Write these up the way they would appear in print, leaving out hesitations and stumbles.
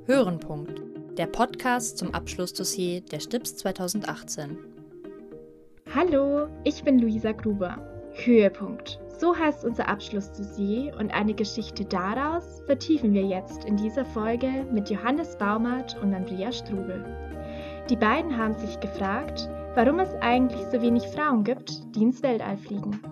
Hörenpunkt, der Podcast zum Abschlussdossier der STIBS 2018. Hallo, ich bin Luisa Gruber. Höhepunkt. So heißt unser Abschlussdossier und eine Geschichte daraus vertiefen wir jetzt in dieser Folge mit Johannes Baumert und Andrea Strubel. Die beiden haben sich gefragt, warum es eigentlich so wenig Frauen gibt, die ins Weltall fliegen.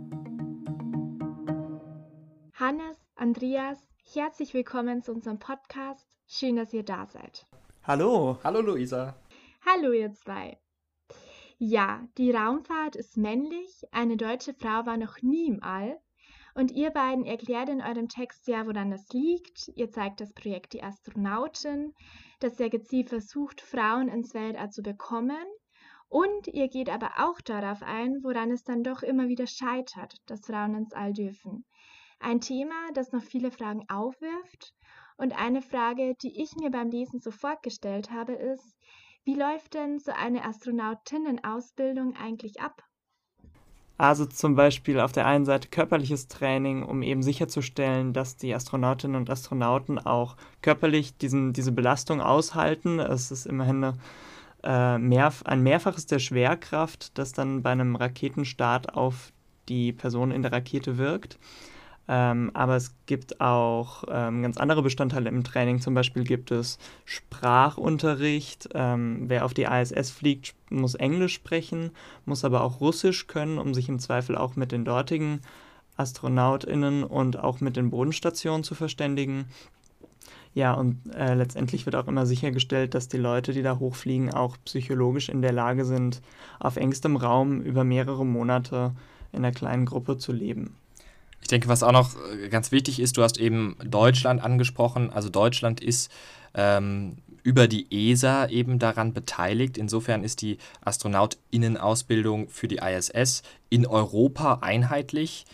Hannes, Andreas, herzlich willkommen zu unserem Podcast. Schön, dass ihr da seid. Hallo. Hallo Luisa. Hallo ihr zwei. Ja, die Raumfahrt ist männlich, eine deutsche Frau war noch nie im All. Und ihr beiden erklärt in eurem Text ja, woran das liegt. Ihr zeigt das Projekt Die Astronautin, das ja gezielt versucht, Frauen ins Weltall zu bekommen. Und ihr geht aber auch darauf ein, woran es dann doch immer wieder scheitert, dass Frauen ins All dürfen. Ein Thema, das noch viele Fragen aufwirft. Und eine Frage, die ich mir beim Lesen sofort gestellt habe, ist, wie läuft denn so eine Astronautinnenausbildung eigentlich ab? Also zum Beispiel auf der einen Seite körperliches Training, um eben sicherzustellen, dass die Astronautinnen und Astronauten auch körperlich diese Belastung aushalten. Es ist immerhin ein Mehrfaches der Schwerkraft, das dann bei einem Raketenstart auf die Person in der Rakete wirkt. Aber es gibt auch ganz andere Bestandteile im Training. Zum Beispiel gibt es Sprachunterricht. Wer auf die ISS fliegt, muss Englisch sprechen, muss aber auch Russisch können, um sich im Zweifel auch mit den dortigen AstronautInnen und auch mit den Bodenstationen zu verständigen. Ja, und letztendlich wird auch immer sichergestellt, dass die Leute, die da hochfliegen, auch psychologisch in der Lage sind, auf engstem Raum über mehrere Monate in einer kleinen Gruppe zu leben. Ich denke, was auch noch ganz wichtig ist, du hast eben Deutschland angesprochen. Also Deutschland ist über die ESA eben daran beteiligt. Insofern ist die AstronautInnenausbildung für die ISS in Europa einheitlich,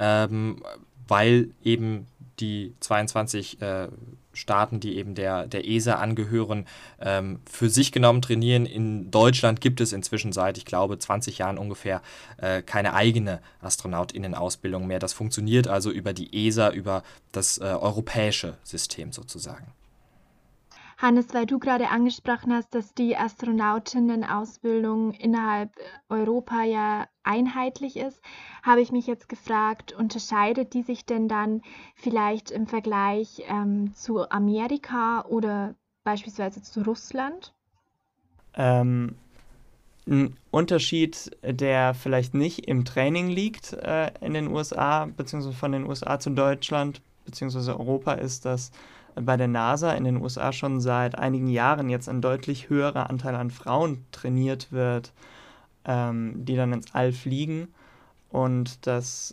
weil eben die 22 Staaten, die eben der ESA angehören, für sich genommen trainieren. In Deutschland gibt es inzwischen seit, ich glaube, 20 Jahren ungefähr keine eigene AstronautInnenausbildung mehr. Das funktioniert also über die ESA, über das europäische System sozusagen. Hannes, weil du gerade angesprochen hast, dass die Astronautinnenausbildung innerhalb Europa ja einheitlich ist, habe ich mich jetzt gefragt, unterscheidet die sich denn dann vielleicht im Vergleich zu Amerika oder beispielsweise zu Russland? Ein Unterschied, der vielleicht nicht im Training liegt in den USA, beziehungsweise von den USA zu Deutschland, beziehungsweise Europa, ist, dass bei der NASA in den USA schon seit einigen Jahren jetzt ein deutlich höherer Anteil an Frauen trainiert wird, die dann ins All fliegen. Und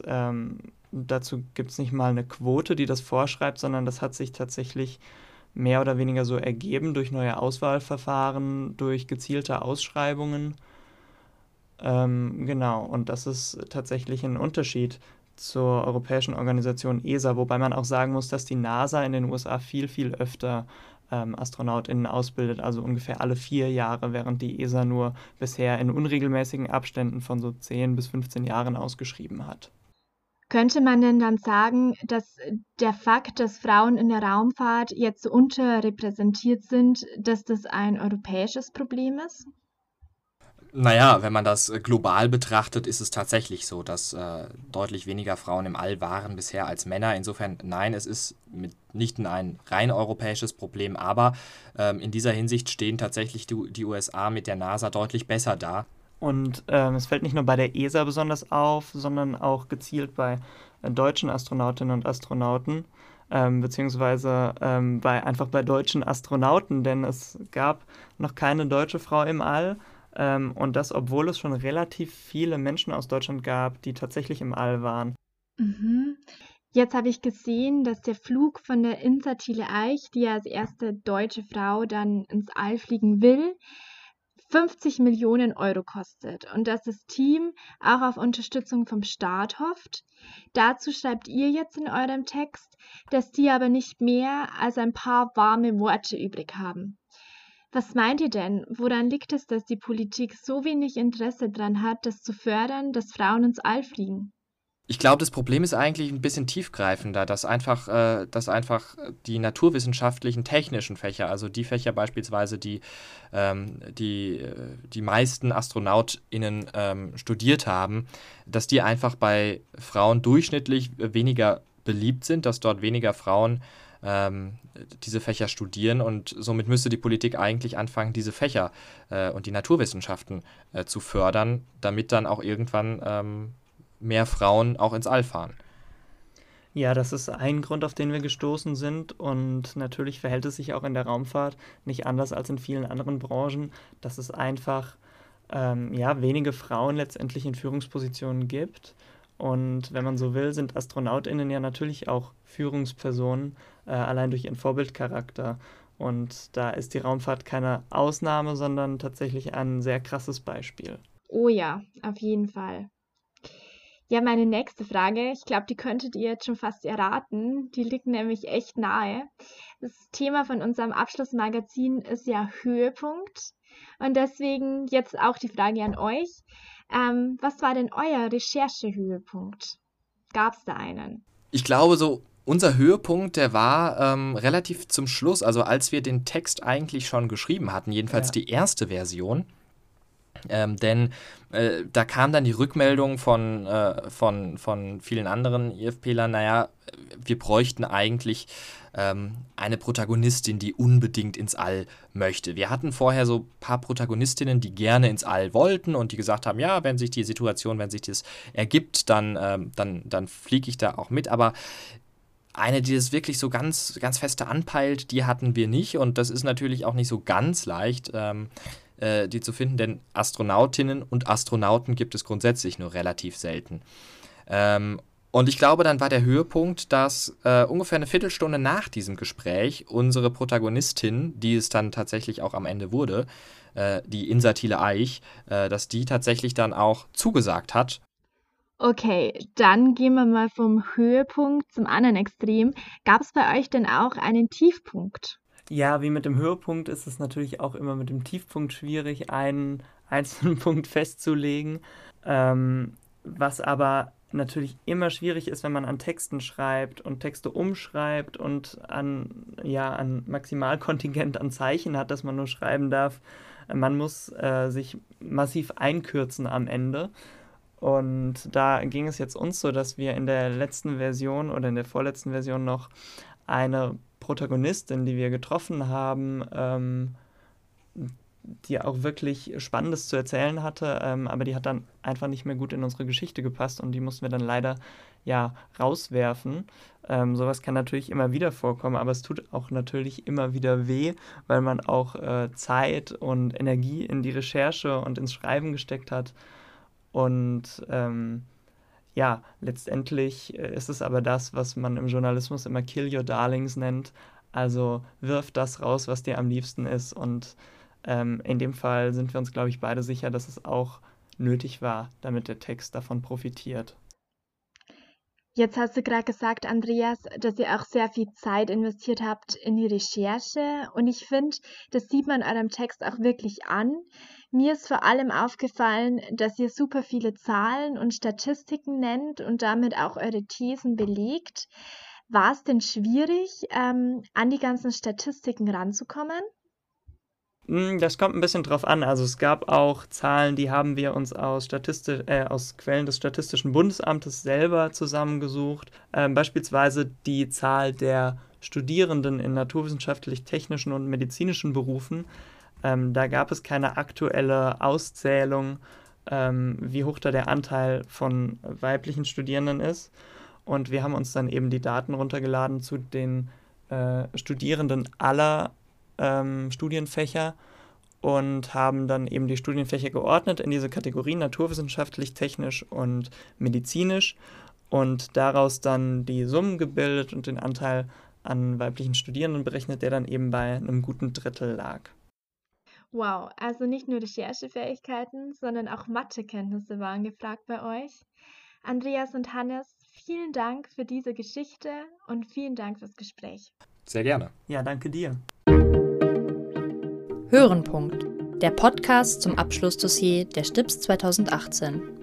dazu gibt es nicht mal eine Quote, die das vorschreibt, sondern das hat sich tatsächlich mehr oder weniger so ergeben durch neue Auswahlverfahren, durch gezielte Ausschreibungen. Genau, und das ist tatsächlich ein Unterschied zur europäischen Organisation ESA, wobei man auch sagen muss, dass die NASA in den USA viel, viel öfter AstronautInnen ausbildet, also ungefähr alle 4 Jahre, während die ESA nur bisher in unregelmäßigen Abständen von so 10 bis 15 Jahren ausgeschrieben hat. Könnte man denn dann sagen, dass der Fakt, dass Frauen in der Raumfahrt jetzt so unterrepräsentiert sind, dass das ein europäisches Problem ist? Naja, wenn man das global betrachtet, ist es tatsächlich so, dass deutlich weniger Frauen im All waren bisher als Männer. Insofern, nein, es ist mitnichten ein rein europäisches Problem, aber in dieser Hinsicht stehen tatsächlich die USA mit der NASA deutlich besser da. Und es fällt nicht nur bei der ESA besonders auf, sondern auch gezielt bei deutschen Astronautinnen und Astronauten, beziehungsweise bei deutschen Astronauten, denn es gab noch keine deutsche Frau im All. Und das, obwohl es schon relativ viele Menschen aus Deutschland gab, die tatsächlich im All waren. Mhm. Jetzt habe ich gesehen, dass der Flug von der Insa Thiele-Eich, die ja als erste deutsche Frau dann ins All fliegen will, 50 Millionen Euro kostet und dass das Team auch auf Unterstützung vom Staat hofft. Dazu schreibt ihr jetzt in eurem Text, dass die aber nicht mehr als ein paar warme Worte übrig haben. Was meint ihr denn? Woran liegt es, dass die Politik so wenig Interesse daran hat, das zu fördern, dass Frauen ins All fliegen? Ich glaube, das Problem ist eigentlich ein bisschen tiefgreifender, dass einfach die naturwissenschaftlichen, technischen Fächer, also die Fächer beispielsweise, die meisten AstronautInnen studiert haben, dass die einfach bei Frauen durchschnittlich weniger beliebt sind, dass dort weniger Frauen diese Fächer studieren, und somit müsste die Politik eigentlich anfangen, diese Fächer und die Naturwissenschaften zu fördern, damit dann auch irgendwann mehr Frauen auch ins All fahren. Ja, das ist ein Grund, auf den wir gestoßen sind, und natürlich verhält es sich auch in der Raumfahrt nicht anders als in vielen anderen Branchen, dass es einfach wenige Frauen letztendlich in Führungspositionen gibt. Und wenn man so will, sind AstronautInnen ja natürlich auch Führungspersonen, allein durch ihren Vorbildcharakter. Und da ist die Raumfahrt keine Ausnahme, sondern tatsächlich ein sehr krasses Beispiel. Oh ja, auf jeden Fall. Ja, meine nächste Frage, ich glaube, die könntet ihr jetzt schon fast erraten. Die liegt nämlich echt nahe. Das Thema von unserem Abschlussmagazin ist ja Höhepunkt. Und deswegen jetzt auch die Frage an euch. Was war denn euer Recherchehöhepunkt? Gab es da einen? Ich glaube, so unser Höhepunkt, der war relativ zum Schluss, also als wir den Text eigentlich schon geschrieben hatten, jedenfalls die erste Version. Denn da kam dann die Rückmeldung von vielen anderen IFPlern, naja, wir bräuchten eigentlich eine Protagonistin, die unbedingt ins All möchte. Wir hatten vorher so ein paar Protagonistinnen, die gerne ins All wollten und die gesagt haben, ja, wenn sich das ergibt, dann fliege ich da auch mit, aber eine, die das wirklich so ganz, ganz feste anpeilt, die hatten wir nicht, und das ist natürlich auch nicht so ganz leicht, die zu finden, denn Astronautinnen und Astronauten gibt es grundsätzlich nur relativ selten. Und ich glaube, dann war der Höhepunkt, dass ungefähr eine Viertelstunde nach diesem Gespräch unsere Protagonistin, die es dann tatsächlich auch am Ende wurde, die Insa Thiele-Eich, dass die tatsächlich dann auch zugesagt hat. Okay, dann gehen wir mal vom Höhepunkt zum anderen Extrem. Gab es bei euch denn auch einen Tiefpunkt? Ja, wie mit dem Höhepunkt ist es natürlich auch immer mit dem Tiefpunkt schwierig, einen einzelnen Punkt festzulegen, was aber natürlich immer schwierig ist, wenn man an Texten schreibt und Texte umschreibt und an Maximalkontingent an Zeichen hat, das man nur schreiben darf. Man muss sich massiv einkürzen am Ende. Und da ging es jetzt uns so, dass wir in der letzten Version oder in der vorletzten Version noch eine Protagonistin, die wir getroffen haben, die auch wirklich Spannendes zu erzählen hatte, aber die hat dann einfach nicht mehr gut in unsere Geschichte gepasst und die mussten wir dann leider rauswerfen. Sowas kann natürlich immer wieder vorkommen, aber es tut auch natürlich immer wieder weh, weil man auch Zeit und Energie in die Recherche und ins Schreiben gesteckt hat. Und letztendlich ist es aber das, was man im Journalismus immer Kill Your Darlings nennt. Also wirf das raus, was dir am liebsten ist. Und in dem Fall sind wir uns, glaube ich, beide sicher, dass es auch nötig war, damit der Text davon profitiert. Jetzt hast du gerade gesagt, Andreas, dass ihr auch sehr viel Zeit investiert habt in die Recherche. Und ich finde, das sieht man eurem Text auch wirklich an. Mir ist vor allem aufgefallen, dass ihr super viele Zahlen und Statistiken nennt und damit auch eure Thesen belegt. War es denn schwierig, an die ganzen Statistiken ranzukommen? Das kommt ein bisschen drauf an. Also es gab auch Zahlen, die haben wir uns aus Quellen des Statistischen Bundesamtes selber zusammengesucht. Beispielsweise die Zahl der Studierenden in naturwissenschaftlich-technischen und medizinischen Berufen. Da gab es keine aktuelle Auszählung, wie hoch da der Anteil von weiblichen Studierenden ist. Und wir haben uns dann eben die Daten runtergeladen zu den Studierenden aller Studienfächer und haben dann eben die Studienfächer geordnet in diese Kategorien naturwissenschaftlich, technisch und medizinisch und daraus dann die Summen gebildet und den Anteil an weiblichen Studierenden berechnet, der dann eben bei einem guten Drittel lag. Wow, also nicht nur Recherchefähigkeiten, sondern auch Mathekenntnisse waren gefragt bei euch. Andreas und Hannes, vielen Dank für diese Geschichte und vielen Dank fürs Gespräch. Sehr gerne. Ja, danke dir. Hörenpunkt, der Podcast zum Abschlussdossier der STIBS 2018.